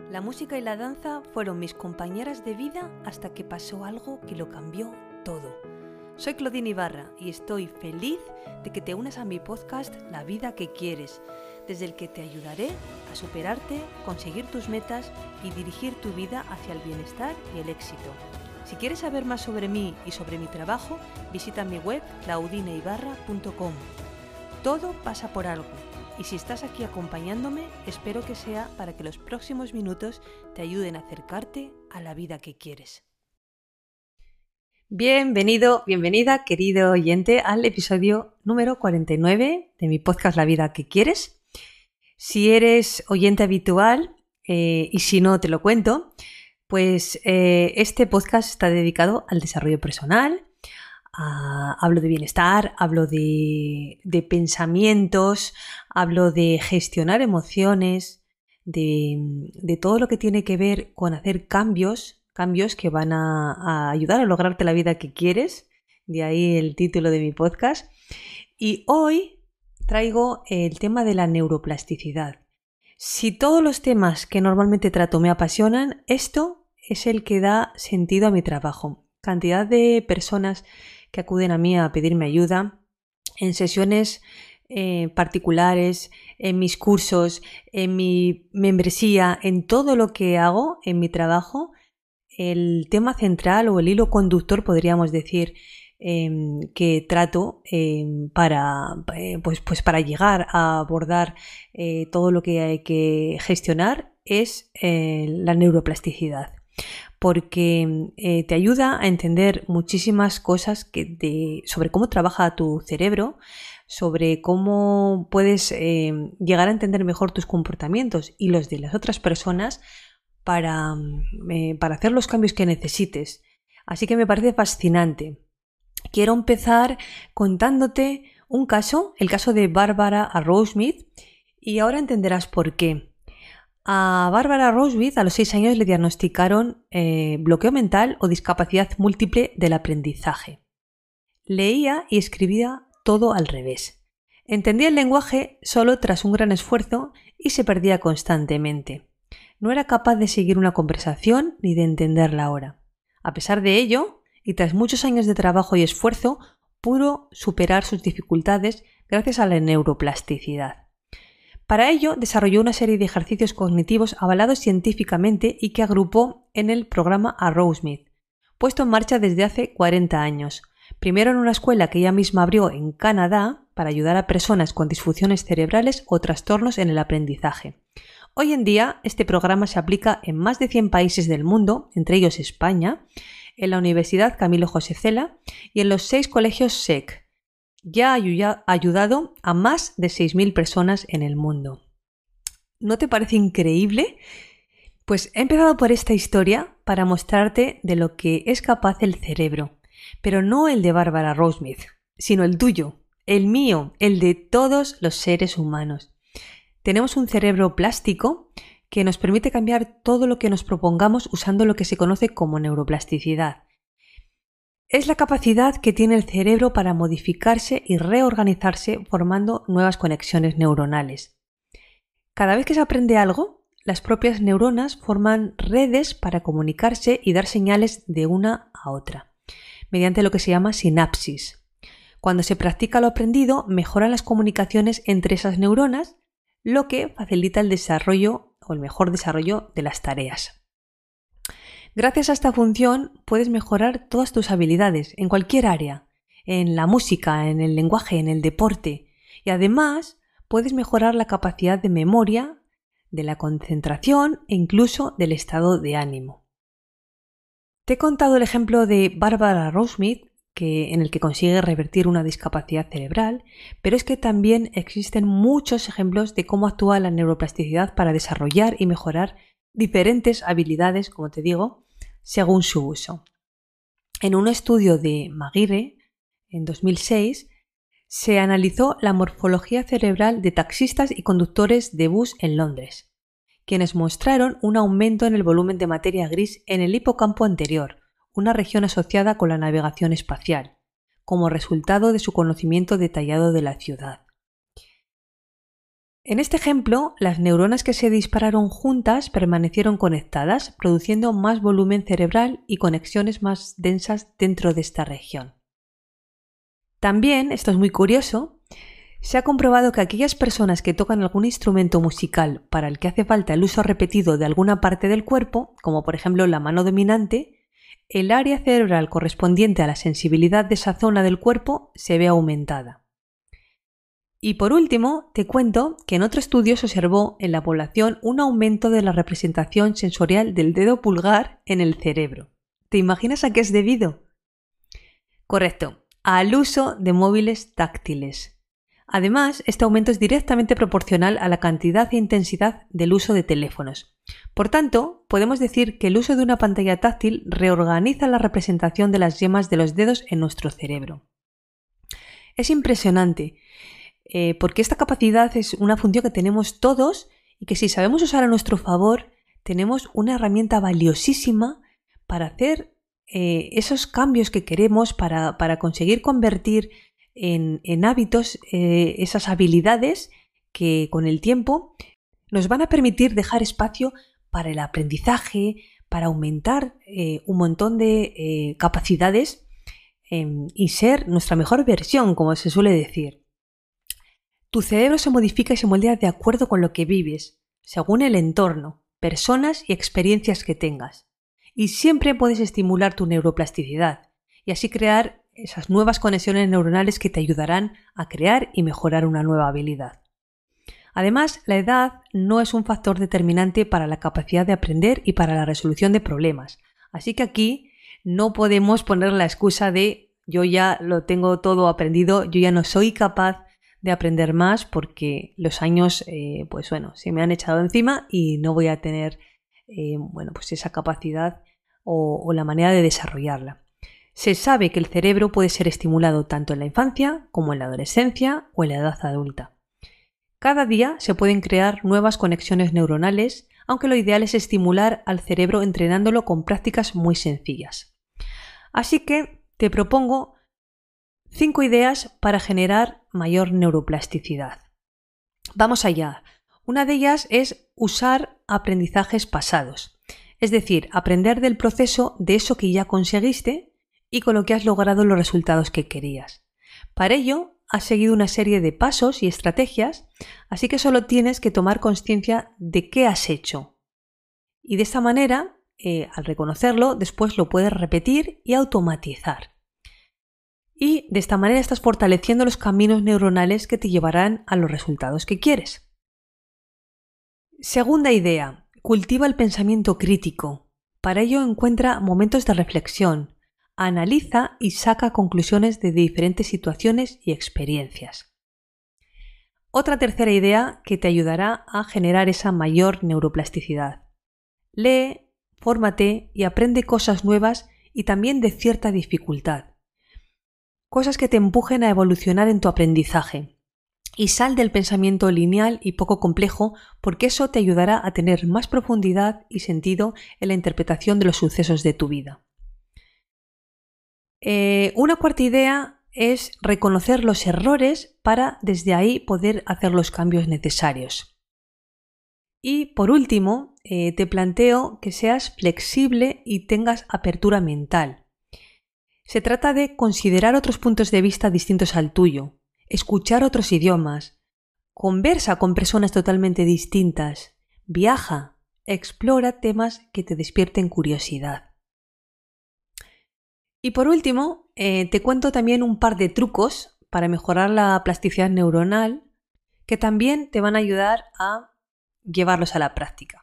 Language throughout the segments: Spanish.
La música y la danza fueron mis compañeras de vida hasta que pasó algo que lo cambió todo. Soy Claudine Ibarra y estoy feliz de que te unas a mi podcast La vida que quieres, desde el que te ayudaré a superarte, conseguir tus metas y dirigir tu vida hacia el bienestar y el éxito. Si quieres saber más sobre mí y sobre mi trabajo, visita mi web claudineibarra.com. Todo pasa por algo. Y si estás aquí acompañándome, espero que sea para que los próximos minutos te ayuden a acercarte a la vida que quieres. Bienvenido, bienvenida, querido oyente, al episodio número 49 de mi podcast La vida que quieres. Si eres oyente habitual, y si no te lo cuento, pues este podcast está dedicado al desarrollo personal. Hablo de bienestar, hablo de pensamientos, hablo de gestionar emociones, de todo lo que tiene que ver con hacer cambios que van a ayudar a lograrte la vida que quieres, de ahí el título de mi podcast. Y hoy traigo el tema de la neuroplasticidad. Si todos los temas que normalmente trato me apasionan, esto es el que da sentido a mi trabajo. Cantidad de personas que acuden a mí a pedirme ayuda en sesiones particulares, en mis cursos, en mi membresía, en todo lo que hago en mi trabajo. El tema central o el hilo conductor, podríamos decir, que trato para llegar a abordar todo lo que hay que gestionar es la neuroplasticidad. Porque te ayuda a entender muchísimas cosas sobre cómo trabaja tu cerebro, sobre cómo puedes llegar a entender mejor tus comportamientos y los de las otras personas para hacer los cambios que necesites. Así que me parece fascinante. Quiero empezar contándote un caso, el caso de Barbara Arrowsmith, y ahora entenderás por qué. A Barbara Arrowsmith a los 6 años le diagnosticaron bloqueo mental o discapacidad múltiple del aprendizaje. Leía y escribía todo al revés. Entendía el lenguaje solo tras un gran esfuerzo y se perdía constantemente. No era capaz de seguir una conversación ni de entenderla ahora. A pesar de ello, y tras muchos años de trabajo y esfuerzo, pudo superar sus dificultades gracias a la neuroplasticidad. Para ello, desarrolló una serie de ejercicios cognitivos avalados científicamente y que agrupó en el programa Arrowsmith, puesto en marcha desde hace 40 años. Primero en una escuela que ella misma abrió en Canadá para ayudar a personas con disfunciones cerebrales o trastornos en el aprendizaje. Hoy en día, este programa se aplica en más de 100 países del mundo, entre ellos España, en la Universidad Camilo José Cela y en los 6 colegios SEC. Ya ha ayudado a más de 6.000 personas en el mundo. ¿No te parece increíble? Pues he empezado por esta historia para mostrarte de lo que es capaz el cerebro, pero no el de Barbara Arrowsmith, sino el tuyo, el mío, el de todos los seres humanos. Tenemos un cerebro plástico que nos permite cambiar todo lo que nos propongamos usando lo que se conoce como neuroplasticidad. Es la capacidad que tiene el cerebro para modificarse y reorganizarse formando nuevas conexiones neuronales. Cada vez que se aprende algo, las propias neuronas forman redes para comunicarse y dar señales de una a otra, mediante lo que se llama sinapsis. Cuando se practica lo aprendido, mejoran las comunicaciones entre esas neuronas, lo que facilita el desarrollo o el mejor desarrollo de las tareas. Gracias a esta función puedes mejorar todas tus habilidades en cualquier área, en la música, en el lenguaje, en el deporte, y además puedes mejorar la capacidad de memoria, de la concentración e incluso del estado de ánimo. Te he contado el ejemplo de Barbara Arrowsmith, en el que consigue revertir una discapacidad cerebral, pero es que también existen muchos ejemplos de cómo actúa la neuroplasticidad para desarrollar y mejorar diferentes habilidades, como te digo, según su uso. En un estudio de Maguire, en 2006, se analizó la morfología cerebral de taxistas y conductores de bus en Londres, quienes mostraron un aumento en el volumen de materia gris en el hipocampo anterior, una región asociada con la navegación espacial, como resultado de su conocimiento detallado de la ciudad. En este ejemplo, las neuronas que se dispararon juntas permanecieron conectadas, produciendo más volumen cerebral y conexiones más densas dentro de esta región. También, esto es muy curioso, se ha comprobado que aquellas personas que tocan algún instrumento musical para el que hace falta el uso repetido de alguna parte del cuerpo, como por ejemplo la mano dominante, el área cerebral correspondiente a la sensibilidad de esa zona del cuerpo se ve aumentada. Y por último, te cuento que en otro estudio se observó en la población un aumento de la representación sensorial del dedo pulgar en el cerebro. ¿Te imaginas a qué es debido? Correcto, al uso de móviles táctiles. Además, este aumento es directamente proporcional a la cantidad e intensidad del uso de teléfonos. Por tanto, podemos decir que el uso de una pantalla táctil reorganiza la representación de las yemas de los dedos en nuestro cerebro. Es impresionante, porque esta capacidad es una función que tenemos todos y que si sabemos usar a nuestro favor, tenemos una herramienta valiosísima para hacer esos cambios que queremos, para conseguir convertir en hábitos esas habilidades que con el tiempo nos van a permitir dejar espacio para el aprendizaje, para aumentar un montón de capacidades y ser nuestra mejor versión, como se suele decir. Tu cerebro se modifica y se moldea de acuerdo con lo que vives, según el entorno, personas y experiencias que tengas. Y siempre puedes estimular tu neuroplasticidad y así crear esas nuevas conexiones neuronales que te ayudarán a crear y mejorar una nueva habilidad. Además, la edad no es un factor determinante para la capacidad de aprender y para la resolución de problemas. Así que aquí no podemos poner la excusa de yo ya lo tengo todo aprendido, yo ya no soy capaz de aprender más porque los años se me han echado encima y no voy a tener esa capacidad o la manera de desarrollarla. Se sabe que el cerebro puede ser estimulado tanto en la infancia como en la adolescencia o en la edad adulta. Cada día se pueden crear nuevas conexiones neuronales, aunque lo ideal es estimular al cerebro entrenándolo con prácticas muy sencillas. Así que te propongo 5 ideas para generar mayor neuroplasticidad. Vamos allá. Una de ellas es usar aprendizajes pasados, es decir, aprender del proceso de eso que ya conseguiste y con lo que has logrado los resultados que querías. Para ello, has seguido una serie de pasos y estrategias, así que solo tienes que tomar conciencia de qué has hecho. Y de esta manera, al reconocerlo, después lo puedes repetir y automatizar. Y de esta manera estás fortaleciendo los caminos neuronales que te llevarán a los resultados que quieres. Segunda idea, cultiva el pensamiento crítico. Para ello encuentra momentos de reflexión. Analiza y saca conclusiones de diferentes situaciones y experiencias. Otra tercera idea que te ayudará a generar esa mayor neuroplasticidad. Lee, fórmate y aprende cosas nuevas y también de cierta dificultad. Cosas que te empujen a evolucionar en tu aprendizaje. Y sal del pensamiento lineal y poco complejo porque eso te ayudará a tener más profundidad y sentido en la interpretación de los sucesos de tu vida. Una cuarta idea es reconocer los errores para desde ahí poder hacer los cambios necesarios. Y por último, te planteo que seas flexible y tengas apertura mental. Se trata de considerar otros puntos de vista distintos al tuyo, escuchar otros idiomas, conversa con personas totalmente distintas, viaja, explora temas que te despierten curiosidad. Y por último, te cuento también un par de trucos para mejorar la plasticidad neuronal que también te van a ayudar a llevarlos a la práctica.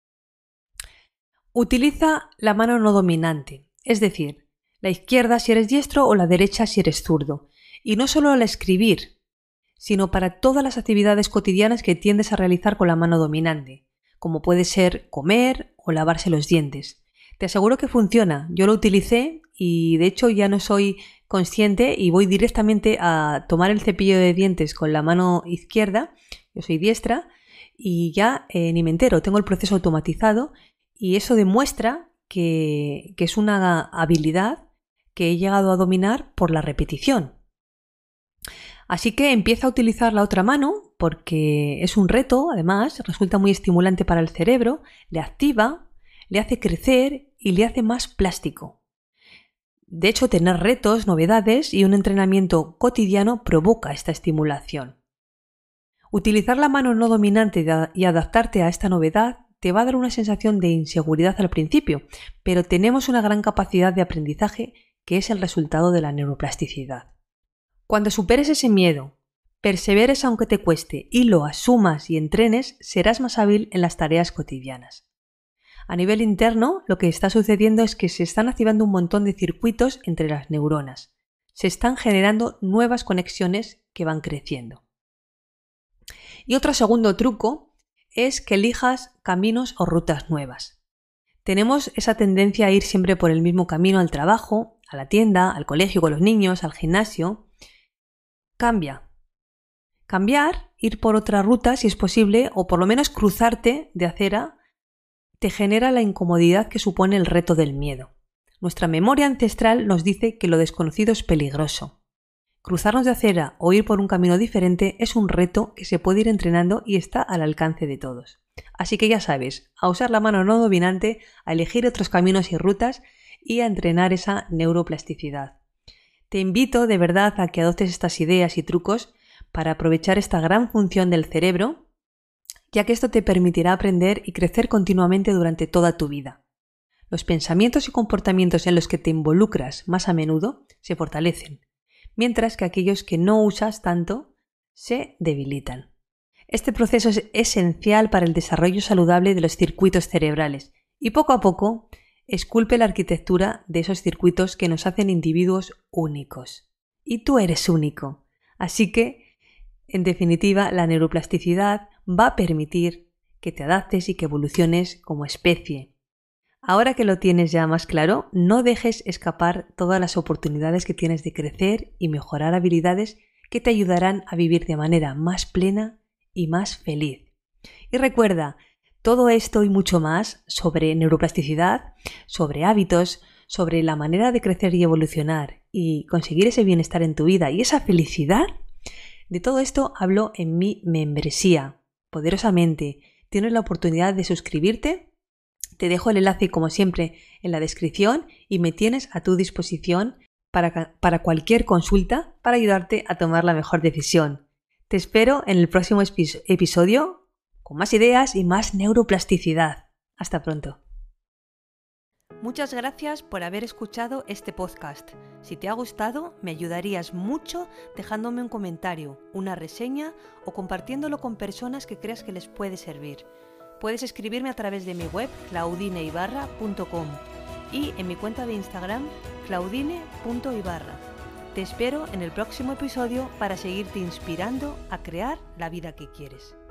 Utiliza la mano no dominante, es decir, la izquierda si eres diestro o la derecha si eres zurdo. Y no solo al escribir, sino para todas las actividades cotidianas que tiendes a realizar con la mano dominante, como puede ser comer o lavarse los dientes. Te aseguro que funciona. Yo lo utilicé y de hecho ya no soy consciente y voy directamente a tomar el cepillo de dientes con la mano izquierda, yo soy diestra, y ya ni me entero, tengo el proceso automatizado y eso demuestra que es una habilidad que he llegado a dominar por la repetición. Así que empieza a utilizar la otra mano porque es un reto, además, resulta muy estimulante para el cerebro, le activa, le hace crecer y le hace más plástico. De hecho, tener retos, novedades y un entrenamiento cotidiano provoca esta estimulación. Utilizar la mano no dominante y adaptarte a esta novedad te va a dar una sensación de inseguridad al principio, pero tenemos una gran capacidad de aprendizaje que es el resultado de la neuroplasticidad. Cuando superes ese miedo, perseveres aunque te cueste y lo asumas y entrenes, serás más hábil en las tareas cotidianas. A nivel interno, lo que está sucediendo es que se están activando un montón de circuitos entre las neuronas. Se están generando nuevas conexiones que van creciendo. Y otro segundo truco es que elijas caminos o rutas nuevas. Tenemos esa tendencia a ir siempre por el mismo camino al trabajo, a la tienda, al colegio con los niños, al gimnasio. Cambia. Cambiar, ir por otra ruta si es posible, o por lo menos cruzarte de acera, te genera la incomodidad que supone el reto del miedo. Nuestra memoria ancestral nos dice que lo desconocido es peligroso. Cruzarnos de acera o ir por un camino diferente es un reto que se puede ir entrenando y está al alcance de todos. Así que ya sabes, a usar la mano no dominante, a elegir otros caminos y rutas y a entrenar esa neuroplasticidad. Te invito de verdad a que adoptes estas ideas y trucos para aprovechar esta gran función del cerebro, ya que esto te permitirá aprender y crecer continuamente durante toda tu vida. Los pensamientos y comportamientos en los que te involucras más a menudo se fortalecen, mientras que aquellos que no usas tanto se debilitan. Este proceso es esencial para el desarrollo saludable de los circuitos cerebrales y poco a poco esculpe la arquitectura de esos circuitos que nos hacen individuos únicos. Y tú eres único. Así que, en definitiva, la neuroplasticidad va a permitir que te adaptes y que evoluciones como especie. Ahora que lo tienes ya más claro, no dejes escapar todas las oportunidades que tienes de crecer y mejorar habilidades que te ayudarán a vivir de manera más plena y más feliz. Y recuerda, todo esto y mucho más sobre neuroplasticidad, sobre hábitos, sobre la manera de crecer y evolucionar y conseguir ese bienestar en tu vida y esa felicidad, de todo esto hablo en mi membresía. Poderosamente, tienes la oportunidad de suscribirte. Te dejo el enlace, como siempre, en la descripción y me tienes a tu disposición para cualquier consulta para ayudarte a tomar la mejor decisión. Te espero en el próximo episodio con más ideas y más neuroplasticidad. Hasta pronto. Muchas gracias por haber escuchado este podcast. Si te ha gustado, me ayudarías mucho dejándome un comentario, una reseña o compartiéndolo con personas que creas que les puede servir. Puedes escribirme a través de mi web claudineibarra.com y en mi cuenta de Instagram claudine.ibarra. Te espero en el próximo episodio para seguirte inspirando a crear la vida que quieres.